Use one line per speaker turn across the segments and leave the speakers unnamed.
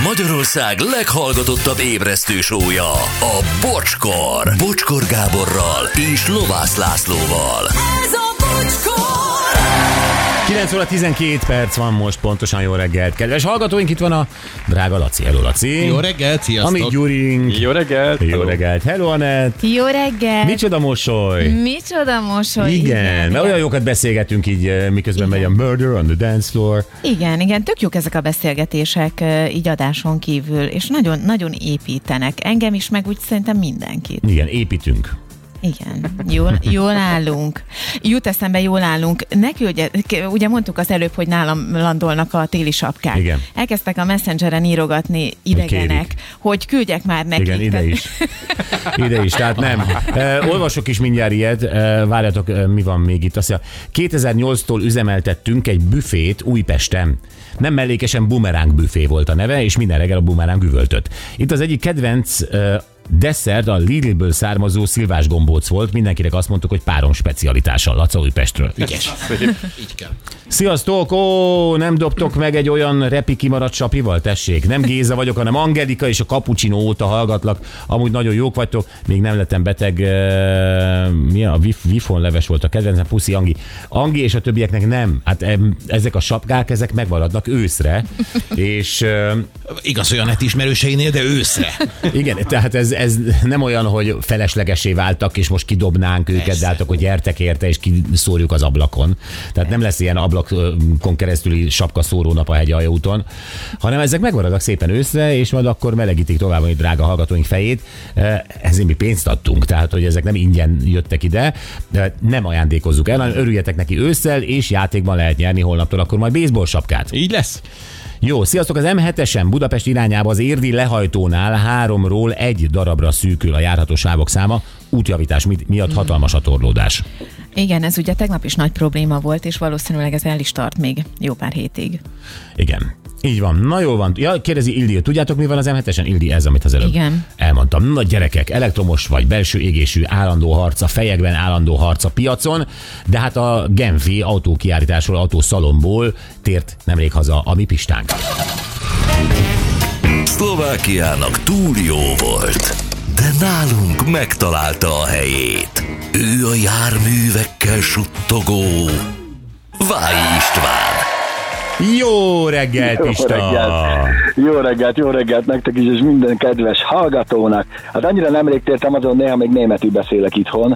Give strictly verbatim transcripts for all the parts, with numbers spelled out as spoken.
Magyarország leghallgatottabb ébresztő show-ja, a Bocskor. Bocskor Gáborral és Lovász Lászlóval.
Ez a Bocskor!
kilenc óra tizenkét perc van most, pontosan. Jó reggelt, kedves hallgatóink, itt van a drága Laci. Hello, Laci.
Jó reggelt, sziasztok.
Amit Gyurink.
Jó reggelt.
Jó reggelt. Hello, Anett.
Jó reggelt.
Micsoda mosoly.
Micsoda mosoly.
Igen,
igen,
mert olyan jókat beszélgetünk így, miközben
igen.
megy a Murder on the Dance Floor.
Igen, igen, tök jók ezek a beszélgetések így adáson kívül, és nagyon, nagyon építenek. Engem is, meg úgy szerintem mindenkit.
Igen, építünk.
Igen, jól, jól állunk. Jut eszembe, jól állunk. Ne küldje, ugye mondtuk az előbb, hogy nálam landolnak a téli sapkák.
Igen.
Elkezdtek a Messengeren írogatni idegenek,
Kérik.
hogy küldjek már nekik.
Igen, ide is. Ide is, tehát nem. Uh, olvasok is mindjárt ilyet, uh, várjatok, uh, mi van még itt. Azt mondja, kétezer-nyolctól üzemeltettünk egy büfét Újpesten. Nem mellékesen Bumerang büfé volt a neve, és minden reggel a Bumerang üvöltött. Itt az egyik kedvenc uh, desszert a Lidlből származó szilvás gombóc volt. Mindenkinek azt mondtuk, hogy párom specialitása. Laca Újpestről.
Ügyes. Így kell.
Sziasztok! Ó, nem dobtok meg egy olyan repi kimaradt sapival? Tessék, nem Géza vagyok, hanem Angelika, és a Cappuccino óta hallgatlak. Amúgy nagyon jók vagytok, még nem lettem beteg. Uh, mi a Vifon leves volt a kedvencem, puszi Angi. Angi és a többieknek nem. Hát em, ezek a sapkák, ezek megmaradnak őszre. És uh,
igaz, olyan net ismerőseinél, de őszre.
igen, tehát ez, ez nem olyan, hogy feleslegesé váltak, és most kidobnánk őket,
Persze.
de hát akkor gyertek érte, és kiszórjuk az ablakon. Tehát nem lesz ilyen ablakon keresztüli sapkaszóró-nap a hegyaljaúton, hanem ezek megmaradnak szépen őszre, és majd akkor melegítik tovább a drága hallgatóink fejét. Ezért mi pénzt adtunk, tehát hogy ezek nem ingyen jöttek ide, de nem ajándékozzuk el, hanem örüljetek neki ősszel, és játékban lehet nyerni holnaptól akkor majd baseball sapkát.
Így lesz.
Jó, sziasztok! Az em hetesen Budapest irányába az érdi lehajtónál háromról egy darabra szűkül a járható sávok száma, útjavítás miatt hatalmas a torlódás.
Igen, ez ugye tegnap is nagy probléma volt, és valószínűleg ez el is tart még jó pár hétig.
Igen. Így van. Na jó van. Ja, kérdezi Ildi, tudjátok mi van az em hetesen? Ildi, ez, amit az előbb
Igen.
elmondtam. Na gyerekek, elektromos vagy belső égésű állandó harc a fejekben, állandó harc a piacon, de hát a genfi autókiállításról, autószalomból tért nemrég haza a mi Pistánk.
Szlovákiának túl jó volt, de nálunk megtalálta a helyét. Ő a járművekkel suttogó Vályi István.
Jó reggelt,
Jó
Pista!
reggelt. Jó reggelt, jó reggelt nektek is, és minden kedves hallgatónak. Hát annyira nemrég tértem, azon néha még németül beszélek itthon,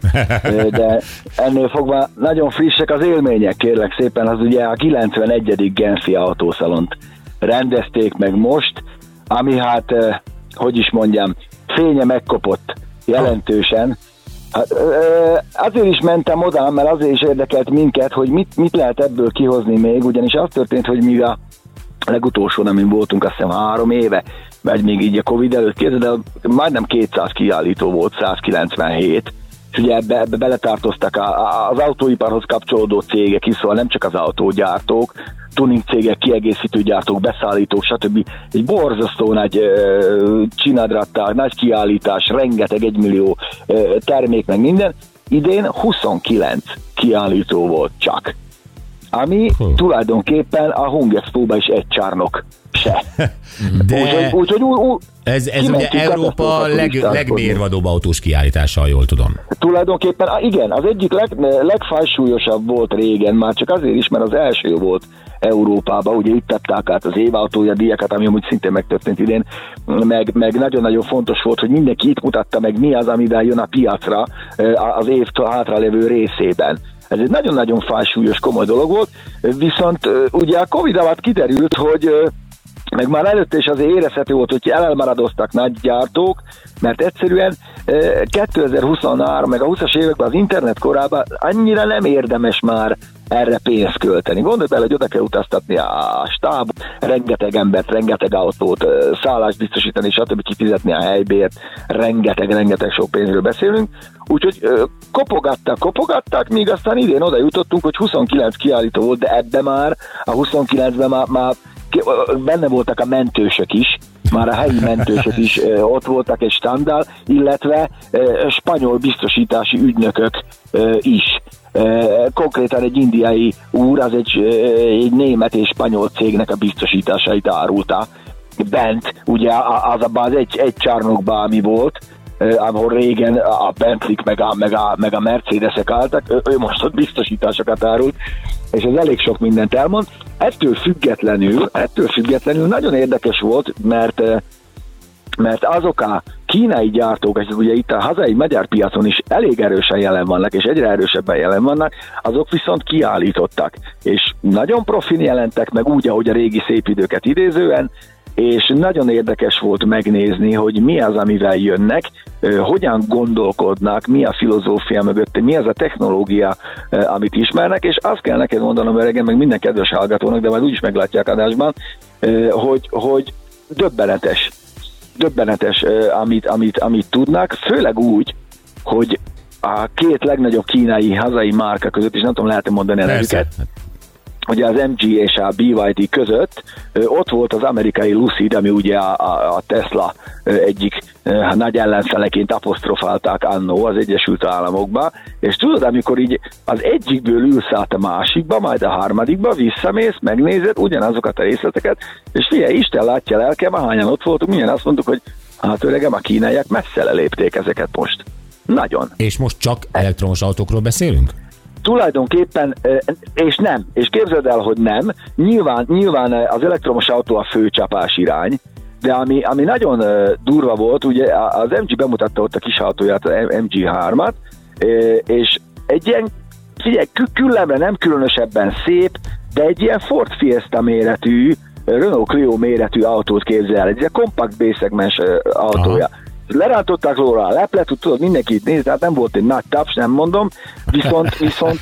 de ennél fogva nagyon frissek az élmények, kérlek szépen, az ugye a kilencvenegyedik Genfi autószalont rendezték meg most, ami hát, hogy is mondjam, fénye megkopott jelentősen. Hát, azért is mentem oda, mert azért is érdekelt minket, hogy mit, mit lehet ebből kihozni még, ugyanis az történt, hogy mi a legutolsón, amin voltunk, azt hiszem három éve, vagy még így a Covid előtt kézzel, de majdnem kétszáz kiállító volt, százkilencvenhét, és ugye ebbe, ebbe beletartoztak a, a, az autóiparhoz kapcsolódó cégek is, szóval nem csak az autógyártók, tuning cégek, kiegészítő gyártók, beszállítók, stb. Egy borzasztó nagy ö, csinadrattár, nagy kiállítás, rengeteg egymillió ö, termék, meg minden. Idén huszonkilenc kiállító volt csak. Ami huh. tulajdonképpen a Hungexpo-ban is egy csárnok se.
De
úgyhogy, úgyhogy ú, ú,
ez, ez ugye Európa leg, legmérvadóbb autós kiállítása, jól tudom.
Tulajdonképpen, igen, az egyik leg, legfajsúlyosabb volt régen, már csak azért is, mert az első volt Európában, ugye itt tetták át az évautója díjakat, ami amúgy szintén megtörtént idén, meg, meg nagyon-nagyon fontos volt, hogy mindenki itt mutatta meg, mi az, amivel jön a piacra az év hátralévő részében. Ez egy nagyon-nagyon fajsúlyos, komoly dolog volt, viszont ugye a Covid alatt kiderült, hogy meg már előtte is azért érezhető volt, hogy elmaradoztak nagy gyártók, mert egyszerűen kétezer-huszonhárom meg a húszas években az internet korában annyira nem érdemes már erre pénzt költeni. Gondolj bele, hogy oda kell utaztatni a stáb, rengeteg embert, rengeteg autót, szállást biztosítani, stb. Kifizetni a helybért, rengeteg-rengeteg sok pénzről beszélünk. Úgyhogy kopogatták, kopogatták, míg aztán idén oda jutottunk, hogy huszonkilenc kiállító volt, de ebbe már, a huszonkilencben már, már benne voltak a mentősök is, már a helyi mentősök is ott voltak egy standál, illetve spanyol biztosítási ügynökök is. Konkrétan egy indiai úr, az egy, egy német és spanyol cégnek a biztosításait árulta. bent, ugye az abban az egy, egy csarnokban, ami volt, ahol régen a Bentley meg a, meg a, meg a Mercedesek álltak, ő, ő most ott biztosításokat árult, és ez elég sok mindent elmond. Ettől függetlenül, ettől függetlenül nagyon érdekes volt, mert mert azok a kínai gyártók, és ugye itt a hazai magyar piacon is elég erősen jelen vannak, és egyre erősebben jelen vannak, azok viszont kiállítottak, és nagyon profin jelentek meg úgy, ahogy a régi szép időket idézően, és nagyon érdekes volt megnézni, hogy mi az, amivel jönnek, hogyan gondolkodnak, mi a filozófia mögött, mi az a technológia, amit ismernek, és azt kell neked mondanom, öregem, meg minden kedves hallgatónak, de majd úgyis meglátják adásban, hogy, hogy döbbenetes, döbbenetes, amit, amit, amit tudnak, főleg úgy, hogy a két legnagyobb kínai hazai márka között, és nem tudom, lehet mondani a nevüket, ugye az em gé és a bé ipszilon dé között ott volt az amerikai Lucid, ami ugye a, a, a Tesla egyik nagy ellenfeleként apostrofálták annó az Egyesült Államokba, és tudod, amikor így az egyikből ülsz át a másikba, majd a harmadikba, visszamész, megnézed ugyanazokat a részleteket, és figyelj, Isten látja lelkem, ahányan ott voltunk, milyen azt mondtuk, hogy hát öregem, a kínaiak messze lelépték ezeket most. Nagyon.
És most csak elektromos autókról beszélünk?
Tulajdonképpen, és nem, és képzeld el, hogy nem, nyilván, nyilván az elektromos autó a fő csapás irány, de ami, ami nagyon durva volt, ugye az em gé bemutatta ott a kis autóját, az em gé hármat, és egy ilyen, figyelj, küllemre nem különösebben szép, de egy ilyen Ford Fiesta méretű, Renault Clio méretű autót képzel el, egy ilyen kompakt B-szegmens autója. Aha. Lerántották róla a leplet, tudod, mindenki nézd, tehát nem volt egy nagy taps, nem mondom, viszont, viszont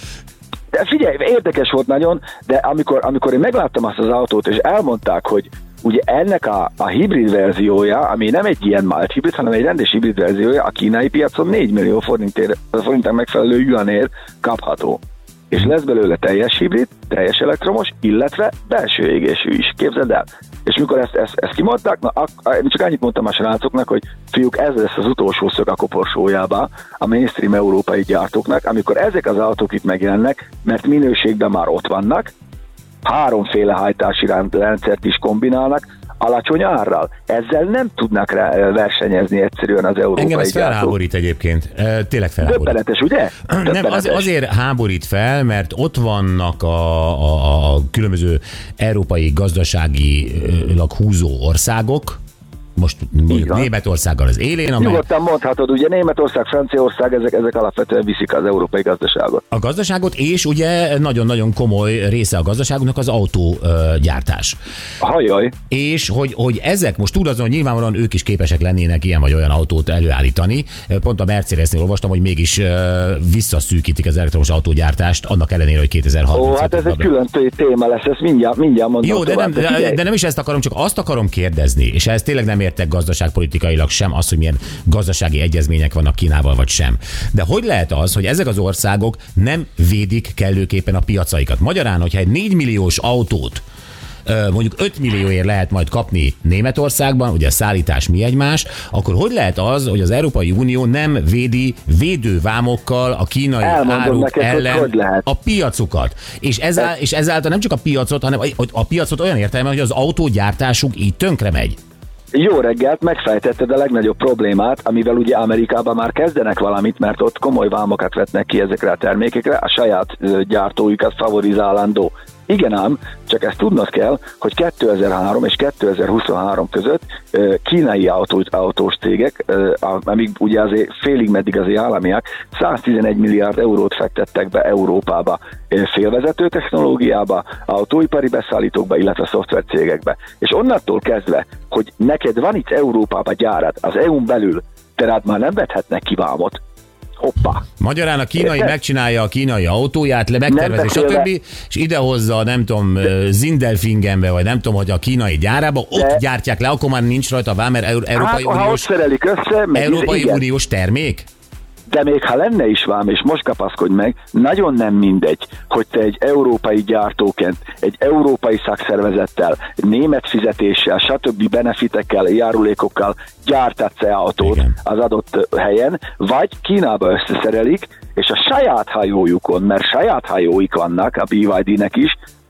de figyelj, érdekes volt nagyon, de amikor, amikor én megláttam azt az autót, és elmondták, hogy ugye ennek a, a hibrid verziója, ami nem egy ilyen mild hibrid, hanem egy rendes hibrid verziója, a kínai piacon négy millió forintért, forintán megfelelő yuanért kapható. És lesz belőle teljes hibrid, teljes elektromos, illetve belső égésű is. Képzeld el. És mikor ezt, ezt, ezt kimondták, na, ak- csak annyit mondtam a srácoknak, hogy fiúk, ez lesz az utolsó szög a koporsójába a mainstream európai gyártóknak, amikor ezek az autók itt megjelennek, mert minőségben már ott vannak, háromféle hajtási rendszert is kombinálnak, alacsony árral. Ezzel nem tudnak rá versenyezni egyszerűen az európai
Engem ez
gyártók.
felháborít egyébként. E, tényleg felháborít.
Döbbenetes, ugye? Döbbenetes.
Nem, az, azért háborít fel, mert ott vannak a, a, a különböző európai gazdaságilag húzó országok, most mondjuk Németországgal az élén. Amely...
Nyugodtan mondhatod, ugye Németország, Franciaország, ezek, ezek alapvetően viszik az európai gazdaságot.
A gazdaságot, és ugye nagyon-nagyon komoly része a gazdaságunknak az autógyártás.
Hajjaj.
És hogy, hogy ezek, most túl azon, hogy nyilvánvalóan ők is képesek lennének ilyen vagy olyan autót előállítani. Pont a Mercedesnél olvastam, hogy mégis visszaszűkítik az elektromos autógyártást, annak ellenére, hogy kétezer-harminc.
Ó, hát ez egy külön téma lesz, ezt mindjárt, mindjárt mondom.
Jó, de nem, de, de nem is ezt akarom, csak azt akarom kérdezni, és ez tényleg nem értek gazdaságpolitikailag sem az, hogy milyen gazdasági egyezmények vannak Kínával, vagy sem. De hogy lehet az, hogy ezek az országok nem védik kellőképpen a piacaikat? Magyarán, hogyha egy négy milliós autót mondjuk öt millióért lehet majd kapni Németországban, ugye a szállítás mi egymás, akkor hogy lehet az, hogy az Európai Unió nem védi védővámokkal a kínai
Elmondom
áruk
neked,
ellen
hogy lehet.
a piacukat? És, ezál, és ezáltal nem csak a piacot, hanem a piacot olyan értelemben, hogy az autógyártásuk így tönkre megy.
Jó reggelt, megfejtetted a legnagyobb problémát, amivel ugye Amerikában már kezdenek valamit, mert ott komoly vámokat vetnek ki ezekre a termékekre, a saját gyártóikat favorizálandó. Igen ám, csak ezt tudnod kell, hogy kétezer-három és kétezer-huszonhárom között kínai autó, autós cégek, amíg ugye azért félig meddig azért államiak, száztizenegy milliárd eurót fektettek be Európába félvezető technológiába, autóipari beszállítókba, illetve szoftvercégekbe. És onnantól kezdve, hogy neked van itt Európába gyárad, az é u-n belül, tehát már nem vethetnek ki vámot. Hoppá.
Magyarán a kínai
Érted?
megcsinálja a kínai autóját, le megtervezi, stb. És idehozza, nem tudom, Sindelfingenbe, vagy nem tudom, hogy a kínai gyárába, ott
de... gyártják
le, akkor már nincs rajta vám, mert Európai
hát,
Uniós,
össze,
Európai Uniós termék?
De még ha lenne is vám, és most kapaszkodj meg, nagyon nem mindegy, hogy te egy európai gyártóként, egy európai szakszervezettel, német fizetéssel, stb. Benefitekkel, járulékokkal gyártatsz-e autót Igen. az adott helyen, vagy Kínába összeszerelik, és a saját hajójukon, mert saját hajóik vannak, a bé ipszilon dé-nek is,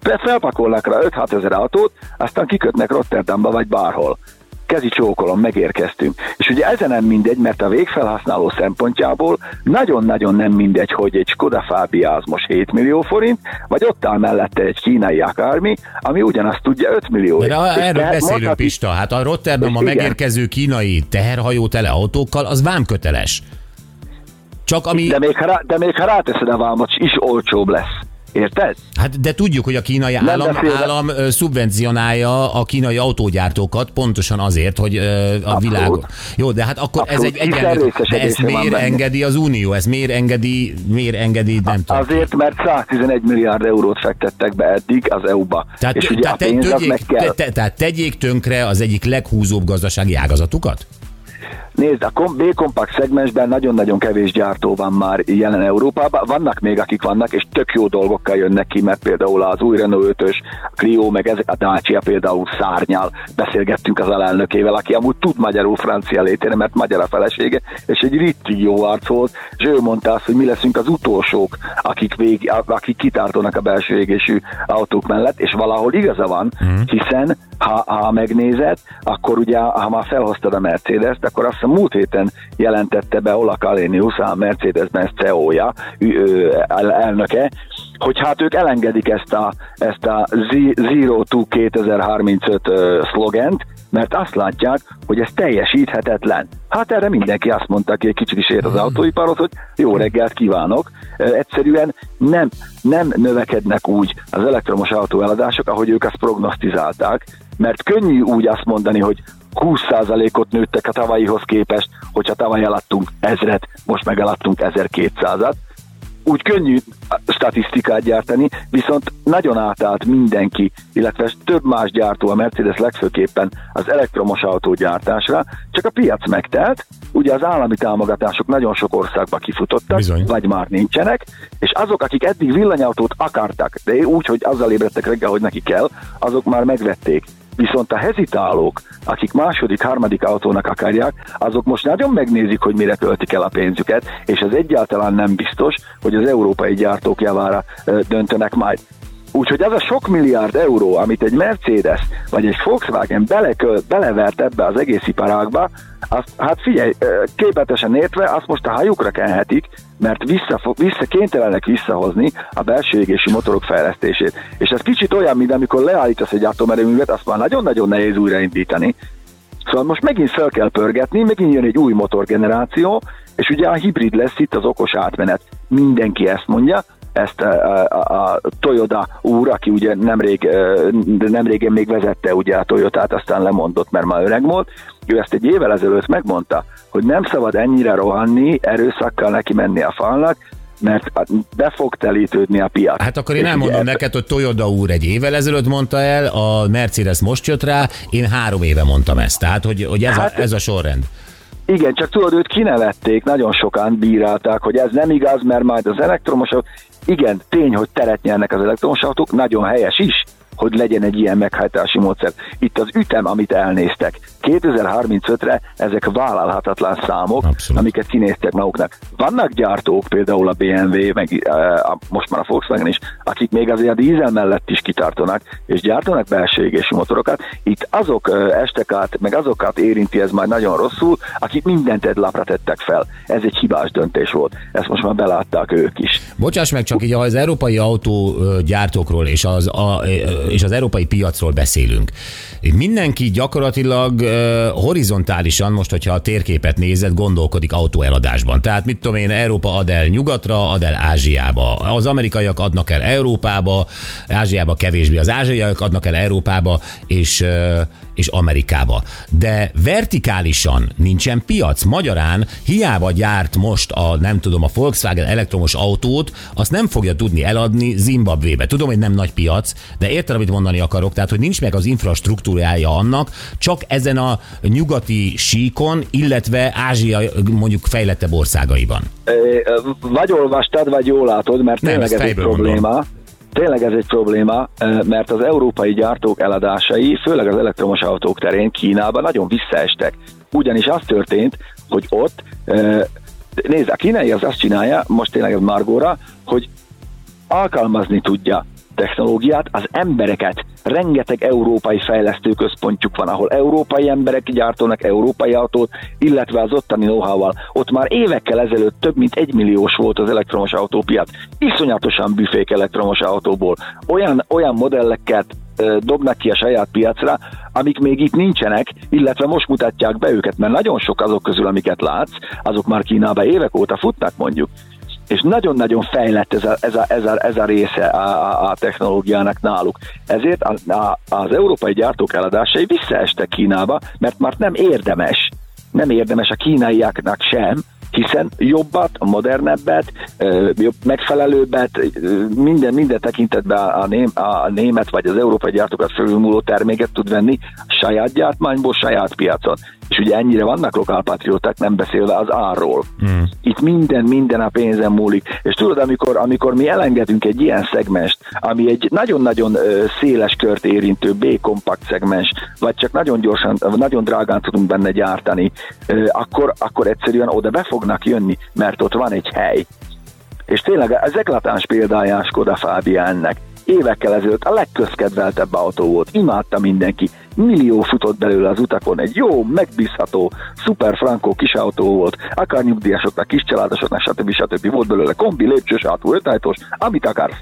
felpakolnak rá öt-hat ezer autót, aztán kikötnek Rotterdamba vagy bárhol. Kezi csókolom, megérkeztünk. És ugye ezen nem mindegy, mert a végfelhasználó szempontjából nagyon-nagyon nem mindegy, hogy egy Skoda Fabia az most hét millió forint, vagy ott áll mellette egy kínai akármi, ami ugyanazt tudja öt millió.
De erről
te,
beszélünk,
mondhatni,
Pista. Hát a Rotterdamba megérkező kínai teherhajó tele autókkal, az vámköteles. Csak ami...
De még, ha rá, de még ha ráteszed a vámot, is olcsóbb lesz. Érted?
Hát de tudjuk, hogy a kínai állam, állam ö, szubvencionálja a kínai autógyártókat pontosan azért, hogy ö, a világ... Jó, de hát akkor Abszolút. ez egy egyenlő... De ezt miért engedi az Unió? Ez miért engedi, miért engedi, nem tudom.
Azért, mert száztizenegy milliárd eurót fektettek be eddig az é u-ba.
Tehát,
és ugye
tehát,
a pénz
tegyék,
meg kell.
te, te, tehát tegyék tönkre az egyik leghúzóbb gazdasági ágazatukat?
Nézd, a B-kompakt szegmensben nagyon-nagyon kevés gyártó van már jelen Európában. Vannak még, akik vannak, és tök jó dolgokkal jönnek ki, mert például az új Renault ötös, Clio, meg ezek a Dacia például szárnyal. Beszélgettünk az alelnökével, aki amúgy tud magyarul francia létére, mert magyar a felesége, és egy rittig jó arc volt, és ő mondta azt, hogy mi leszünk az utolsók, akik, vég, akik kitártónak a belső égésű autók mellett, és valahol igaza van, hiszen ha, ha megnézed, akkor ugye, ha már felhoztad a Mercedes-t, akkor azt a múlt héten jelentette be Ola Kalenius, a Mercedes-Benz cé e o-ja, elnöke, hogy hát ők elengedik ezt a, ezt a Zero to kétezer-harmincöt szlogent, mert azt látják, hogy ez teljesíthetetlen. Hát erre mindenki azt mondta, aki egy kicsit is ért az autóiparhoz, hogy jó reggelt kívánok. Egyszerűen nem, nem növekednek úgy az elektromos autóeladások, ahogy ők azt prognosztizálták, mert könnyű úgy azt mondani, hogy húsz százalékot nőttek a tavalyihoz képest, hogyha tavaly eladtunk ezret, most meg eladtunk ezerkétszázat. Úgy könnyű statisztikát gyártani, viszont nagyon átállt mindenki, illetve több más gyártó, a Mercedes legfőképpen az elektromos autógyártásra, csak a piac megtelt, ugye az állami támogatások nagyon sok országba kifutottak,
Bizony.
vagy már nincsenek, és azok, akik eddig villanyautót akartak, de úgy, hogy azzal ébredtek reggel, hogy neki kell, azok már megvették. Viszont a hezitálók, akik második, harmadik autónak akarják, azok most nagyon megnézik, hogy mire költik el a pénzüket, és ez egyáltalán nem biztos, hogy az európai gyártók javára ö, döntenek majd. Úgyhogy az a sok milliárd euró, amit egy Mercedes vagy egy Volkswagen beleköl, belevert ebbe az egész iparágba, azt, hát figyelj, képletesen értve, azt most a hajukra kenhetik, mert vissza, vissza, kénytelenek visszahozni a belső égésű motorok fejlesztését. És ez kicsit olyan, mint amikor leállítasz egy atomerőművet, azt már nagyon-nagyon nehéz újraindítani. Szóval most megint fel kell pörgetni, megint jön egy új motorgeneráció, és ugye a hibrid lesz itt az okos átmenet. Mindenki ezt mondja, ezt a, a, a Toyota úr, aki ugye nemrég, nemrégen még vezette ugye a Toyotát, aztán lemondott, mert már öreg volt, ő ezt egy évvel ezelőtt megmondta, hogy nem szabad ennyire rohanni, erőszakkal neki menni a falnak, mert be fog telítődni a piac.
Hát akkor én elmondom
ugye,
neked, hogy Toyota úr egy évvel ezelőtt mondta el, a Mercedes most jött rá, én három éve mondtam ezt. Tehát, hogy, hogy ez, hát, a, ez a sorrend.
Igen, csak tudod, őt kinevették, nagyon sokan bírálták, hogy ez nem igaz, mert majd az elektromos autók, igen, tény, hogy teret nyernek az elektromos autók, nagyon helyes is, hogy legyen egy ilyen meghajtási módszer. Itt az ütem, amit elnéztek, kétezer-harmincötre ezek vállalhatatlan számok, Abszolút. amiket kinéztek maguknak. Vannak gyártók, például a bé em vé, meg a, most már a Volkswagen is, akik még azért a dízel mellett is kitartanak, és gyártanak belső égésű motorokat. Itt azok estek át, meg azokat érinti ez majd nagyon rosszul, akik mindent egy lapra tettek fel. Ez egy hibás döntés volt. Ezt most már belátták ők is.
Bocsáss meg, csak így az európai autógyártókról és az, a, és az európai piacról beszélünk. Mindenki gyakorlatilag uh, horizontálisan, most, hogyha a térképet nézed, gondolkodik autóeladásban. Tehát mit tudom én, Európa ad el nyugatra, ad el Ázsiába. Az amerikaiak adnak el Európába, Ázsiába kevésbé. Az ázsiaiak adnak el Európába és, uh, és Amerikába. De vertikálisan nincsen piac. Magyarán hiába gyárt most a, nem tudom, a Volkswagen elektromos autót, azt nem fogja tudni eladni Zimbabvébe. Tudom, hogy nem nagy piac, de érted, amit mondani akarok, tehát, hogy nincs meg az infrastruktúrája annak, csak ezen a nyugati síkon, illetve Ázsia mondjuk fejlettebb országaiban.
Vagy olvastad, vagy jól látod, mert tényleg ez egy probléma. Mondom. Tényleg ez egy probléma, mert az európai gyártók eladásai, főleg az elektromos autók terén Kínában nagyon visszaestek. Ugyanis az történt, hogy ott, nézd, a kínai az azt csinálja, most tényleg ez Margóra, hogy alkalmazni tudja technológiát, az embereket. Rengeteg európai fejlesztőközpontjuk van, ahol európai emberek gyártanak európai autót, illetve az ottani know-how-val. Ott már évekkel ezelőtt több mint egymilliós volt az elektromos autópiac. Iszonyatosan büfék elektromos autóból. Olyan, olyan modelleket ö, dobnak ki a saját piacra, amik még itt nincsenek, illetve most mutatják be őket, mert nagyon sok azok közül, amiket látsz, azok már Kínában évek óta futnak mondjuk. És nagyon-nagyon fejlett ez a, ez a, ez a, ez a része a, a, a technológiának náluk. Ezért a, a, az európai gyártók eladásai visszaestek Kínába, mert már nem érdemes, nem érdemes a kínaiaknak sem, hiszen jobbat, modernebbet, jobb, megfelelőbbet, minden, minden tekintetben a, ném, a német vagy az európai gyártókat fölülmúló terméket tud venni saját gyártmányból, saját piacon. És ugye ennyire vannak lokálpatrióták, nem beszélve az árról. Mm. Itt minden, minden a pénzen múlik. És tudod, amikor, amikor mi elengedünk egy ilyen szegmest, ami egy nagyon-nagyon széles kört érintő B-kompakt szegmens, vagy csak nagyon gyorsan, nagyon drágán tudunk benne gyártani, akkor, akkor egyszerűen oda be fognak jönni, mert ott van egy hely. És tényleg az eklatáns példája a Skoda Fabia ennek. Évekkel ezelőtt a legközkedveltebb autó volt, imádta mindenki, millió futott belőle az utakon, egy jó, megbízható, szuper frankó kis autó volt, akár nyugdíjasoknak, kis családosoknak, stb. stb. Volt belőle kombi, lépcsős, hátú, ötajtós, amit akarsz.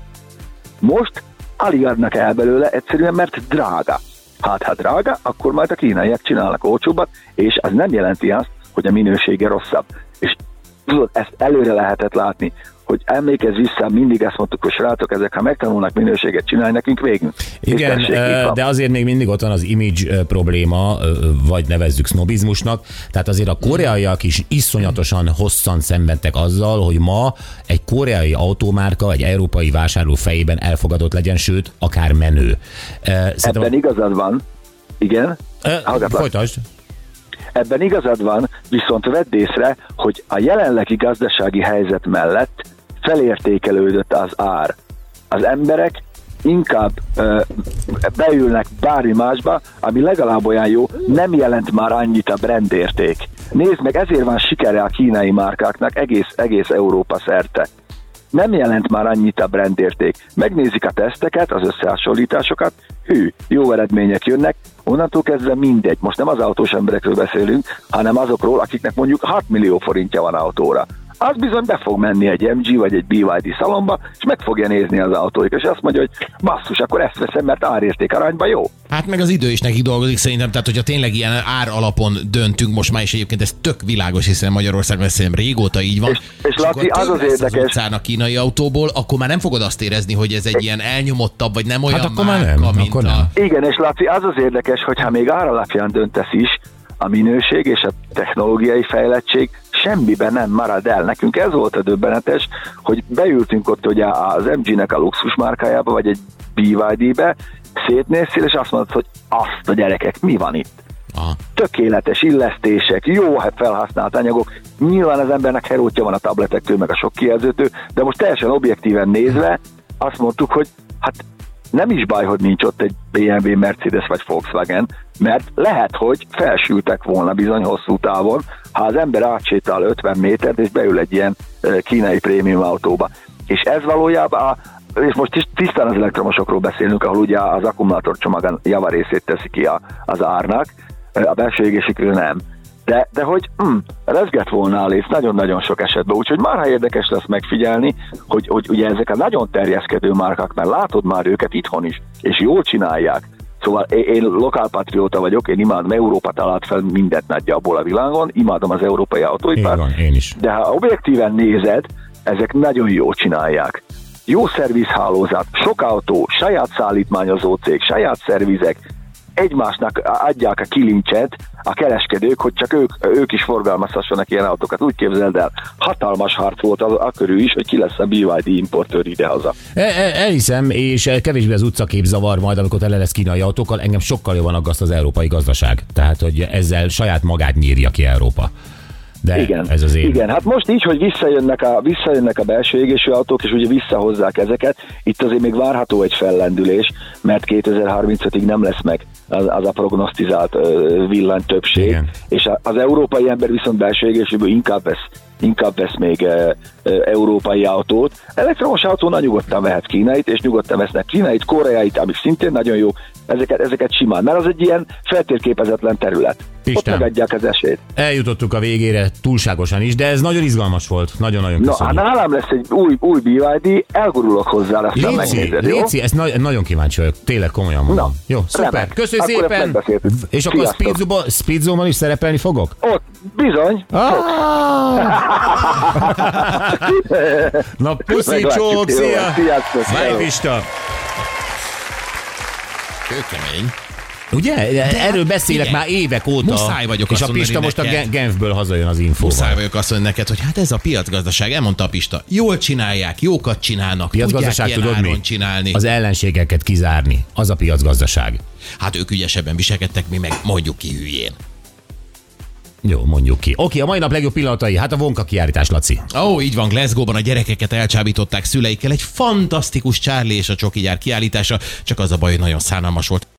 Most alig adnak el belőle, egyszerűen mert drága. Hát, ha drága, akkor majd a kínaiak csinálnak olcsóbbat, és az nem jelenti azt, hogy a minősége rosszabb. És tudod, ezt előre lehetett látni, hogy emlékezz vissza, mindig ezt mondtuk, hogy srácok, ezek, ha megtanulnak minőséget csinálni, nekünk végünk.
Igen, de azért még mindig ott van az image probléma, vagy nevezzük sznobizmusnak, tehát azért a koreaiak is iszonyatosan hosszan szenvedtek azzal, hogy ma egy koreai autómárka egy európai vásárló fejében elfogadott legyen, sőt, akár menő.
Szerintem... Ebben igazad van, igen.
Folytasd.
Ebben igazad van, viszont vedd észre, hogy a jelenlegi gazdasági helyzet mellett felértékelődött az ár. Az emberek inkább ö, beülnek bármi másba, ami legalább olyan jó, nem jelent már annyit a brandérték. Nézd meg, ezért van sikere a kínai márkáknak egész, egész Európa szerte. Nem jelent már annyit a brandérték. Megnézik a teszteket, az összehasonlításokat, hű, jó eredmények jönnek, onnantól kezdve mindegy. Most nem az autós emberekről beszélünk, hanem azokról, akiknek mondjuk hat millió forintja van autóra. Az bizony be fog menni egy em gé vagy egy bé vé dé szalomba, és meg fogja nézni az autóik, és azt mondja, hogy basszus, akkor ezt veszem, mert árérték arányban jó.
Hát meg az idő is nekik dolgozik szerintem, tehát hogyha tényleg ilyen ár alapon döntünk most már, is egyébként ez tök világos, hiszen Magyarországon ez szerintem régóta így van.
És, és Laci, az az érdekes.
Az a kínai autóból, akkor már nem fogod azt érezni, hogy ez egy ilyen elnyomottabb, vagy nem olyan
hát akkor
márka,
már nem,
mint
akkor
a...
nem.
Igen, és Laci, az az érdekes, hogyha még ár alapján döntesz is, a minőség és a technológiai fejlettség semmiben nem marad el. Nekünk ez volt a döbbenetes, hogy beültünk ott ugye az em gé-nek a luxus márkájába, vagy egy bé vé dé-be, szétnéztél, és azt mondod, hogy azt a gyerekek, mi van itt?
Aha.
Tökéletes illesztések, jó felhasznált anyagok, nyilván az embernek herótja van a tabletektől, meg a sok kijelzőtől, de most teljesen objektíven nézve azt mondtuk, hogy hát nem is baj, hogy nincs ott egy bé em vé, Mercedes vagy Volkswagen, mert lehet, hogy felsültek volna bizony hosszú távon, ha az ember átsétál ötven métert, és beül egy ilyen kínai prémium autóba. És ez valójában, a, és most tisztán az elektromosokról beszélünk, ahol ugye az akkumulátorcsomag a javarészét teszi ki a, az árnak, a belső égésikről nem. De, de hogy hm, rezgett volna a léc nagyon-nagyon sok esetben, úgyhogy marha érdekes lesz megfigyelni, hogy, hogy ugye ezek a nagyon terjeszkedő márkák, mert látod már őket itthon is, és jól csinálják. Szóval én, én lokálpatrióta vagyok, én imádom, Európa talált fel mindent nagyjából a világon, imádom az európai autóipart.
Én is.
De ha objektíven nézed, ezek nagyon jól csinálják. Jó szervizhálózat, sok autó, saját szállítmányozó cég, saját szervizek, egymásnak adják a kilincset a kereskedők, hogy csak ők, ők is forgalmazhassanak ilyen autókat. Úgy képzeld el, hatalmas harc volt a, a körül is, hogy ki lesz a bé vé dé importőr idehaza.
Elhiszem, és kevésbé az utcakép zavar majd, amikor tele lesz kínai autókkal, engem sokkal jobban aggaszt az európai gazdaság. Tehát, hogy ezzel saját magát nyírja ki Európa. De
igen,
ez az én.
Igen, hát most így, hogy visszajönnek a, visszajönnek a belső égésű autók, és ugye visszahozzák ezeket, itt azért még várható egy fellendülés, mert kétezer-harmincötig nem lesz meg az, az a prognosztizált uh, villany többség, igen. És a, az európai ember viszont belső égésűből inkább vesz inkább vesz még e, e, európai autót. Elektromos autónál nyugodtan vehet kínait, és nyugodtan vesznek kínait, koreait, amik szintén nagyon jó, ezeket, ezeket simán, mert az egy ilyen feltérképezetlen terület.
Isten.
Ott megadják az esélyt.
Eljutottuk a végére túlságosan is, de ez nagyon izgalmas volt. Nagyon-nagyon
Na,
köszönjük.
hát nálam lesz egy új, új bé ipszilon dé, elgurulok hozzá, aztán
Léci,
megnézed, jó?
Léci, ezt na- nagyon kíváncsi vagyok. Tényleg komolyan mondom.
Na,
Jó, szuper.
remek.
Köszönjük
Akkor ezt
szépen.
megbeszéltük.
És akkor
Sziasztok.
Speedzone-ban Speedzone-ban is szerepelni fogok?
Ott, bizony.
Ah! Na, puszi,
Meglátjuk,
csók,
jó,
szia!
sziasztok.
Váj Pista!
Kőkemény.
Ugye? Erről beszélek
igen.
már évek óta.
Muszáj vagyok
És
azt
a Pista
mondani
most a
neked.
Gen- Genfből hazajön az infóval.
Muszáj vagyok azt mondani neked, hogy hát ez a piacgazdaság, elmondta a Pista. Jól csinálják, jókat csinálnak,
Piacgazdaság,
tudják ilyen
tudod
áron
mi?
csinálni.
Az ellenségeket kizárni. Az a piacgazdaság.
Hát ők ügyesebben viselkedtek, mi meg mondjuk ki hülyén.
Jó, mondjuk ki. Oké, a mai nap legjobb pillanatai. Hát a Vonka kiállítás, Laci.
Ó, így van, Glasgow-ban a gyerekeket elcsábították szüleikkel. Egy fantasztikus Charlie és a Csoki gyár kiállítása, csak az a baj, hogy nagyon szánalmas volt.